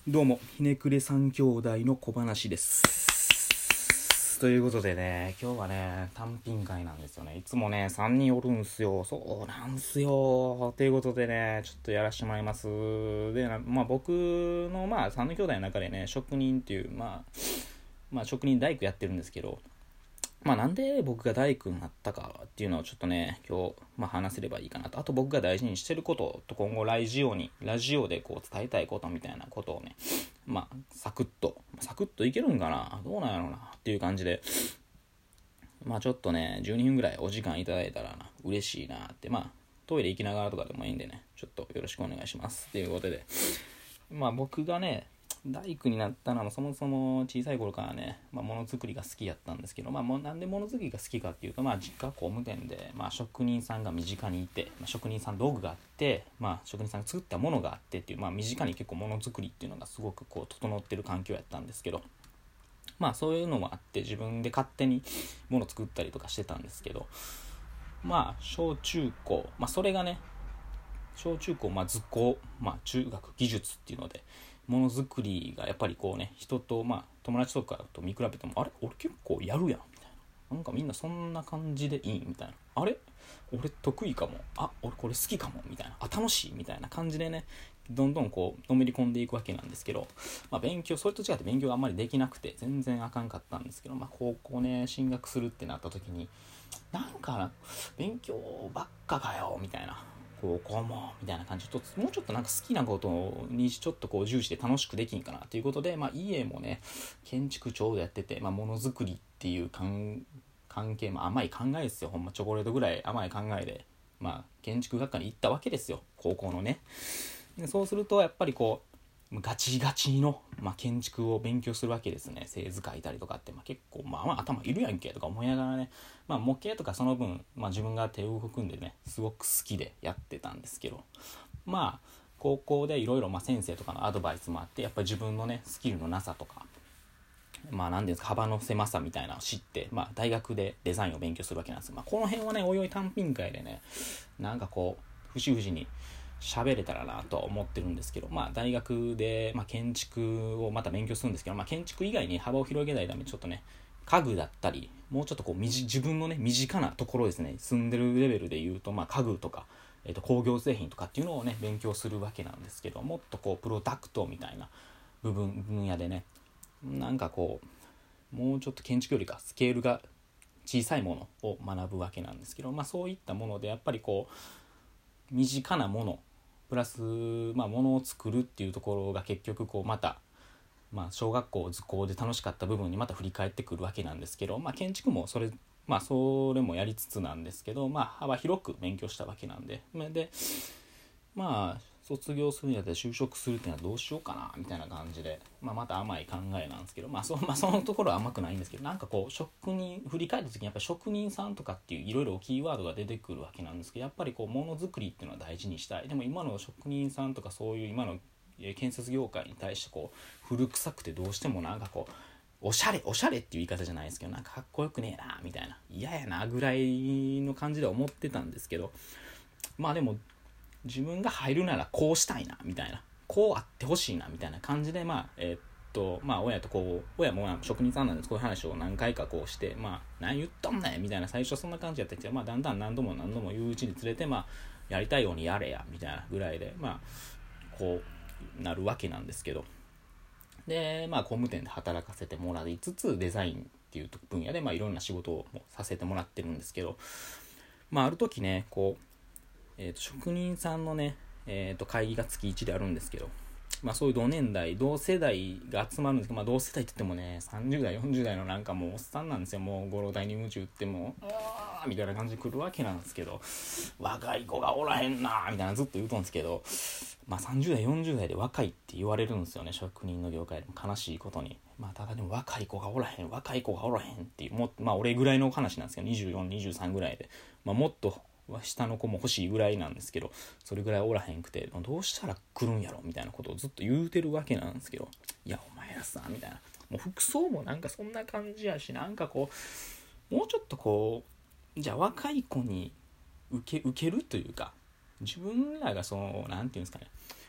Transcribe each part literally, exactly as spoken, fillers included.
どうもひねくれ三兄弟の小話です。ということでね、今日はね単品会なんですよね。いつもねさんにんおるんすよ。そうなんすよ。ということでね、ちょっとやらせてもらいます。で、まあ僕のまあさんの兄弟の中でね、職人っていうまあまあ職人大工やってるんですけど、まあなんで僕が大工になったかっていうのをちょっとね今日まあ話せればいいかなと。あと僕が大事にしてることと、今後ラジオにラジオでこう伝えたいことみたいなことをね、まあサクッとサクッといけるんかな、どうなんやろうなっていう感じで、まあちょっとねじゅうにふんぐらいお時間いただいたらな嬉しいなって。まあトイレ行きながらとかでもいいんでね、ちょっとよろしくお願いしますということで、まあ僕がね大工になったのはそもそも小さい頃からね、まあ、ものづくりが好きやったんですけど、まあ、もなんでものづくりが好きかっていうと、まあ、実家工務店で、まあ、職人さんが身近にいて、まあ、職人さん道具があって、まあ、職人さんが作ったものがあってっていう、まあ、身近に結構ものづくりっていうのがすごくこう整ってる環境やったんですけど、まあそういうのもあって自分で勝手にもの作ったりとかしてたんですけど、まあ小中高、まあそれがね小中高、まあ、図工、まあ、中学技術っていうのでものづくりがやっぱりこうね、人とまあ友達とかと見比べても、あれ俺結構やるやんみたいな、なんかみんなそんな感じでいいみたいな、あれ俺得意かも、あ俺これ好きかもみたいな、あ楽しいみたいな感じでね、どんどんこうのめり込んでいくわけなんですけど、まあ、勉強それと違って勉強があんまりできなくて全然あかんかったんですけど、まあ、高校ね進学するってなった時に、なんか勉強ばっかかよみたいな、こうこうもみたいな感じで、もうちょっとなんか好きなことにちょっとこう重視で楽しくできんかなということで、まあ、家もね建築ちょうどやってて、まあ、ものづくりっていう関係、まあ、甘い考えですよ、ほんまチョコレートぐらい甘い考えで、まあ、建築学科に行ったわけですよ、高校のね。でそうするとやっぱりこうガチガチの、まあ、建築を勉強するわけですね。製図書いたりとかって、まあ、結構まあまあ頭いるやんけとか思いながらね、まあ、模型とかその分、まあ、自分が手を動くんでねすごく好きでやってたんですけど、まあ高校でいろいろ先生とかのアドバイスもあって、やっぱり自分のねスキルのなさとか、まあ何ですか幅の狭さみたいなのを知って、まあ、大学でデザインを勉強するわけなんですよ。まあ、この辺はねおいおい単品会でねなんかこう節々に喋れたらなとは思ってるんですけど、まあ大学で、まあ、建築をまた勉強するんですけど、まあ、建築以外に幅を広げないためにちょっとね家具だったり、もうちょっとこう自分のね身近なところですね、住んでるレベルで言うと、まあ家具とか、えーと工業製品とかっていうのをね勉強するわけなんですけど、もっとこうプロダクトみたいな部分分野でね、なんかこうもうちょっと建築よりかスケールが小さいものを学ぶわけなんですけど、まあそういったものでやっぱりこう身近なものプラス、まあ、ものを作るっていうところが結局こうまた、まあ、小学校図工で楽しかった部分にまた振り返ってくるわけなんですけど、まあ、建築もそれ、まあ、それもやりつつなんですけど、まあ、幅広く勉強したわけなんで、で、まあ卒業するにあたって就職するっていうのはどうしようかなみたいな感じで、まあ、また甘い考えなんですけど、まあ そ,、まあ、そのところは甘くないんですけど、なんかこう職人振り返った時にやっぱり職人さんとかっていういろいろキーワードが出てくるわけなんですけど、やっぱりこうものづくりっていうのは大事にしたい。でも今の職人さんとかそういう今の建設業界に対してこう古臭くてどうしてもなんかこうおしゃれおしゃれっていう言い方じゃないですけど、なんかかっこよくねえなみたいな、嫌やなぐらいの感じで思ってたんですけど、まあでも自分が入るならこうしたいなみたいな、こうあってほしいなみたいな感じで、まあえー、っとまあ親とこう親も職人さんなんです、こういう話を何回かこうして、まあ何言ったんねんみたいな、最初そんな感じやったけど、まあだんだん何度も何度も言ううちにつれて、まあやりたいようにやれやみたいなぐらいで、まあこうなるわけなんですけど、でまあ工務店で働かせてもらいつつデザインっていう分野でまあいろんな仕事をさせてもらってるんですけど、まあある時ねこうえー、と職人さんのね、えー、と会議が月いちであるんですけど、まあそういう同年代同世代が集まるんですけど、まあ同世代って言ってもねさんじゅう代よんじゅう代のなんかもうおっさんなんですよ。もうご老体に夢中ってもうあーみたいな感じで来るわけなんですけど、若い子がおらへんなーみたいなずっと言うとんですけど、まあさんじゅう代よんじゅう代で若いって言われるんですよね、職人の業界でも悲しいことに。まあただでも若い子がおらへん若い子がおらへんっていう、もまあ俺ぐらいの話なんですけど、にじゅうよん、にじゅうさんぐらいで、まあもっと下の子も欲しいぐらいなんですけど、それぐらいおらへんくてどうしたら来るんやろみたいなことをずっと言うてるわけなんですけど、いやお前らさみたいな、もう服装もなんかそんな感じやし、なんかこうもうちょっとこうじゃあ若い子に受け受けるというか、自分らがそのなんていうんですかね、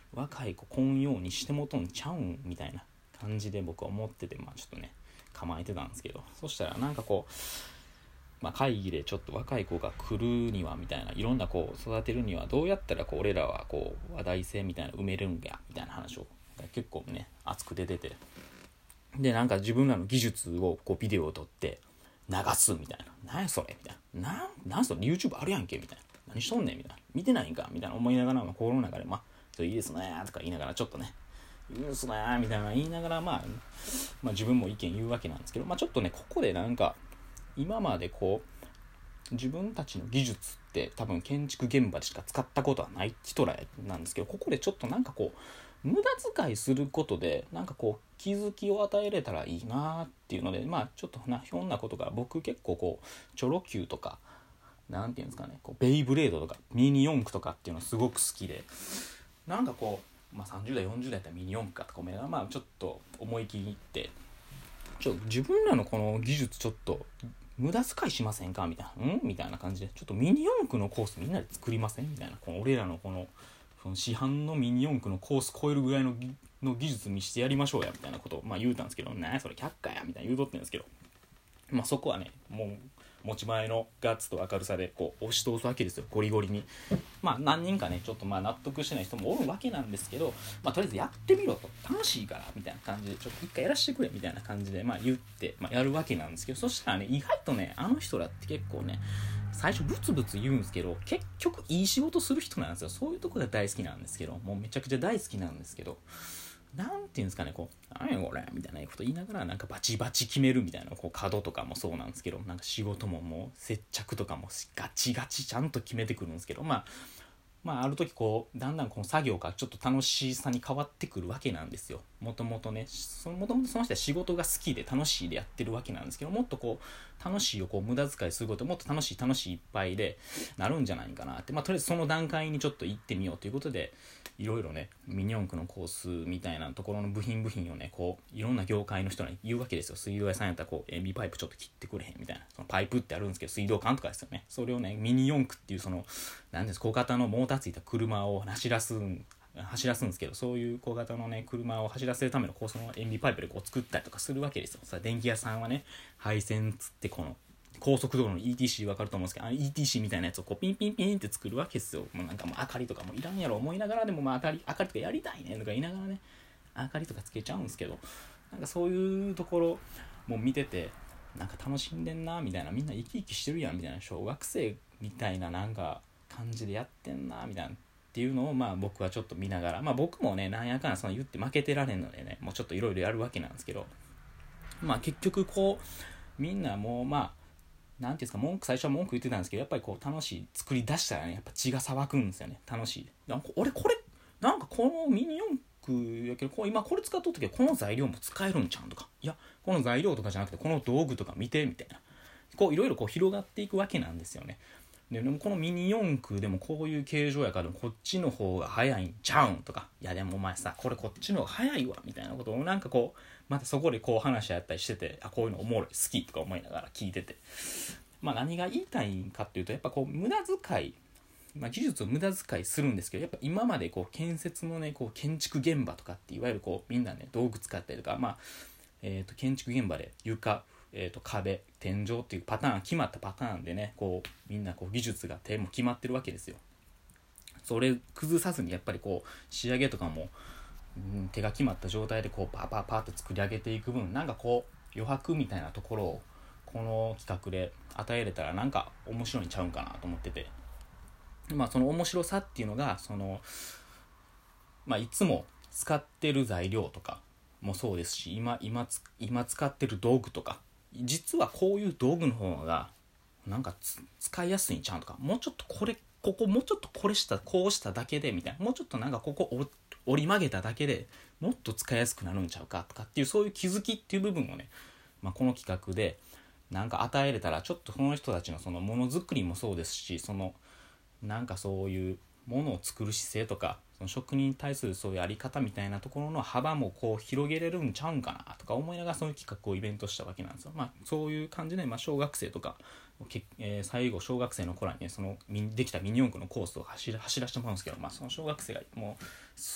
若い子こんようにしてもとんちゃうんみたいな感じで僕は思ってて、まあちょっとね構えてたんですけど、そしたらなんかこう、まあ、会議でちょっと若い子が来るにはみたいな、いろんな子を育てるにはどうやったらこう俺らはこう話題性みたいな埋めるんやみたいな話を結構ね熱く出てて、でなんか自分らの技術をこうビデオを撮って流すみたいな、何やそれみたいな、なんなんそれ YouTube あるやんけみたいな、何しとんねんみたいな、見てないんかみたいな思いながら、まあ、心の中でまあそれいいですねとか言いながらちょっとねいいですねみたいな言いながら、まあ、まあ自分も意見言うわけなんですけど、まあちょっとねここでなんか今までこう自分たちの技術って多分建築現場でしか使ったことはない人らなんですけど、ここでちょっとなんかこう無駄遣いすることでなんかこう気づきを与えれたらいいなっていうので、まあちょっとなひょんなことが僕結構こうチョロ Q とかなんていうんですかね、こうベイブレードとかミニ四駆とかっていうのすごく好きで、なんかこう、まあ、さんじゅう代よんじゅう代だったらミニ四駆かとか思いながら、まあちょっと思い切ってちょっと自分らのこの技術ちょっと無駄遣いしませんかみたいな、んみたいな感じでちょっとミニ四駆のコースみんなで作りませんみたいな、この俺らのこのその市販のミニ四駆のコース超えるぐらいのの技術見してやりましょうやみたいなことをまあ言うたんですけど、ねそれ却下やみたいな言うとってんですけど、まあそこはねもう持ち前のガッツと明るさでこう押し通すわけですよ、ゴリゴリに。まあ何人かねちょっとまあ納得してない人もおるわけなんですけど、まあとりあえずやってみろと、楽しいからみたいな感じでちょっと一回やらせてくれみたいな感じでまあ言って、まあ、やるわけなんですけど、そしたらね意外とねあの人らって結構ね最初ブツブツ言うんですけど結局いい仕事する人なんですよ。そういうとこが大好きなんですけど、もうめちゃくちゃ大好きなんですけど、なんていうんですかね、こう何やこれみたいなこと言いながらなんかバチバチ決めるみたいな、こう角とかもそうなんですけど、なんか仕事ももう接着とかもガチガチちゃんと決めてくるんですけど、まあまあある時こうだんだんこの作業がちょっと楽しさに変わってくるわけなんですよ。もともとねもともとその人は仕事が好きで楽しいでやってるわけなんですけど、もっとこう楽しいをこう無駄遣いすることもっと楽しい楽しいいっぱいでなるんじゃないかなって、まあとりあえずその段階にちょっと行ってみようということで、いろいろねミニ四駆のコースみたいなところの部品部品をねこういろんな業界の人に言うわけですよ。水道屋さんやったらこう塩ビパイプちょっと切ってくれへんみたいな、そのパイプってあるんですけど水道管とかですよね、それをねミニ四駆っていうそのなんです小型のモーターついた車を走らすん走らすんですけど、そういう小型のね車を走らせるためのこうその塩ビパイプでこう作ったりとかするわけですよ。さあ電気屋さんはね配線つってこの高速道路の イーティーシー 分かると思うんですけど、あの イーティーシー みたいなやつをこうピンピンピンって作るわけですよ。もうなんかもう明かりとかもいらんやろ思いながら、でもまあ明かり明かりとかやりたいねとか言いながらね明かりとかつけちゃうんですけど、なんかそういうところも見ててなんか楽しんでんなみたいな、みんな生き生きしてるやんみたいな、小学生みたいななんか感じでやってんなみたいなっていうのをまあ僕はちょっと見ながら、まあ僕もねなんやかんやその言って負けてられんのでね、もうちょっといろいろやるわけなんですけど、まあ結局こうみんなもうまあなんていうんですか、文句最初は文句言ってたんですけど、やっぱりこう楽しい作り出したらねやっぱ血が騒ぐんですよね。楽しいなんか俺これなんかこのミニ四駆やけどこう今これ使っとったけどこの材料も使えるんちゃうんとか、いやこの材料とかじゃなくてこの道具とか見てみたいな、こういろいろこう広がっていくわけなんですよね。で, でもこのミニ四駆でもこういう形状やからこっちの方が早いんちゃうんとか、いやでもお前さこれこっちの方が早いわみたいなことをなんかこうまたそこでこう話し合ったりしてて、あこういうのおもろい好きとか思いながら聞いてて、まあ何が言いたいかっていうとやっぱこう無駄遣い、まあ、技術を無駄遣いするんですけど、やっぱ今までこう建設のねこう建築現場とかっていわゆるこうみんなね道具使ったりとか、まあえー、と建築現場で床えー、と壁天井っていうパターン決まったパターンでねこうみんなこう技術が手も決まってるわけですよ。それ崩さずにやっぱりこう仕上げとかも、うん、手が決まった状態でこうパーパーパーって作り上げていく分なんかこう余白みたいなところをこの企画で与えれたらなんか面白いんちゃうんかなと思ってて、まあその面白さっていうのがそのまあいつも使ってる材料とかもそうですし、今今今使ってる道具とか実はこういう道具の方がなんか使いやすいんちゃうとか、もうちょっとこれここもうちょっとこれしたこうしただけでみたいな、もうちょっとなんかここ折り曲げただけでもっと使いやすくなるんちゃうかとかっていうそういう気づきっていう部分をね、まあ、この企画でなんか与えれたらちょっとその人たちのそのものづくりもそうですし、そのなんかそういうものを作る姿勢とかその職人に対するそういうあり方みたいなところの幅もこう広げれるんちゃうんかなとか思いながらそういう企画をイベントしたわけなんですよ。まあそういう感じで、まあ、小学生とか、えー、最後小学生の頃に、ね、そのできたミニ四駆のコースを走ら走らせてもらうんですけど、まあ、その小学生がもうすっ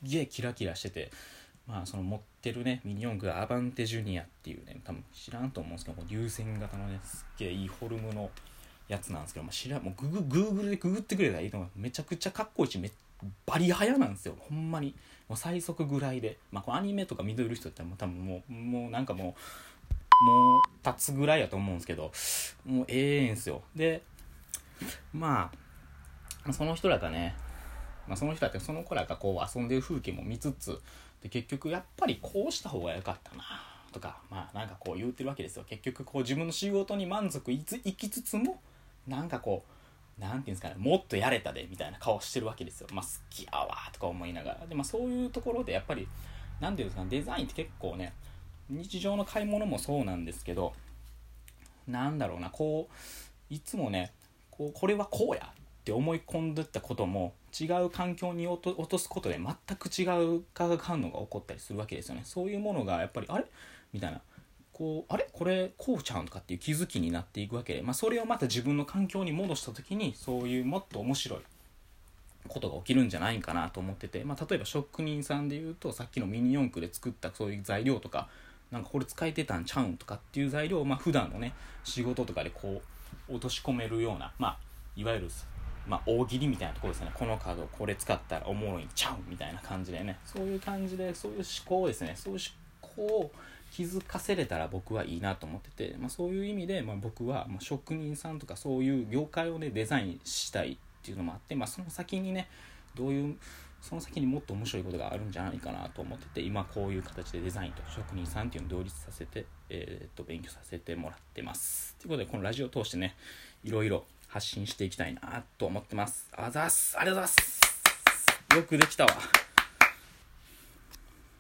げえキラキラしてて、まあその持ってるねミニ四駆がアバンテジュニアっていうね、多分知らんと思うんですけど、流線型のねすっげえいいフォルムのやつなんですけど、まあ、知らんもうグググーグルでググってくれたらいいと思う。めちゃくちゃかっこいいし、めバリ速なんですよほんまに。もう最速ぐらいで、まあこうアニメとか見てる人ってもう多分もうもうなんかもうもう立つぐらいやと思うんですけど、もうええんすよ。でまあその人らがね、まあ、その人らってその子らがこう遊んでる風景も見つつで、結局やっぱりこうした方が良かったなとか、まあなんかこう言ってるわけですよ。結局こう自分の仕事に満足いついきつつも、なんかこうなんていうんですかね、もっとやれたでみたいな顔してるわけですよ。まあ好きやわとか思いながら。でまあそういうところでやっぱりなんていうんですかね、デザインって結構ね、日常の買い物もそうなんですけど、なんだろうな、こういつもね、こうこれはこうやって思い込んでったことも違う環境に落と、落とすことで全く違う化学反応が起こったりするわけですよね。そういうものがやっぱりあれみたいな、こうあれこれこうちゃうんとかっていう気づきになっていくわけで、まあ、それをまた自分の環境に戻した時にそういうもっと面白いことが起きるんじゃないかなと思ってて、まあ、例えば職人さんでいうとさっきのミニ四駆で作ったそういう材料とか、なんかこれ使えてたんちゃうんとかっていう材料を、まあ、普段のね仕事とかでこう落とし込めるような、まあ、いわゆるまあ、大喜利みたいなところですね。このカードこれ使ったらおもろいんちゃうみたいな感じでね、そういう感じでそういう思考ですね、そういう思考を気づかせれたら僕はいいなと思ってて、まあ、そういう意味で、まあ、僕はまあ職人さんとかそういう業界をねデザインしたいっていうのもあって、まあ、その先にねどういうその先にもっと面白いことがあるんじゃないかなと思ってて、今こういう形でデザインと職人さんっていうのを両立させて、えー、っと勉強させてもらってます。ということでこのラジオを通してねいろいろ発信していきたいなと思ってます。あざっす、ありがとうございます。よくできたわ。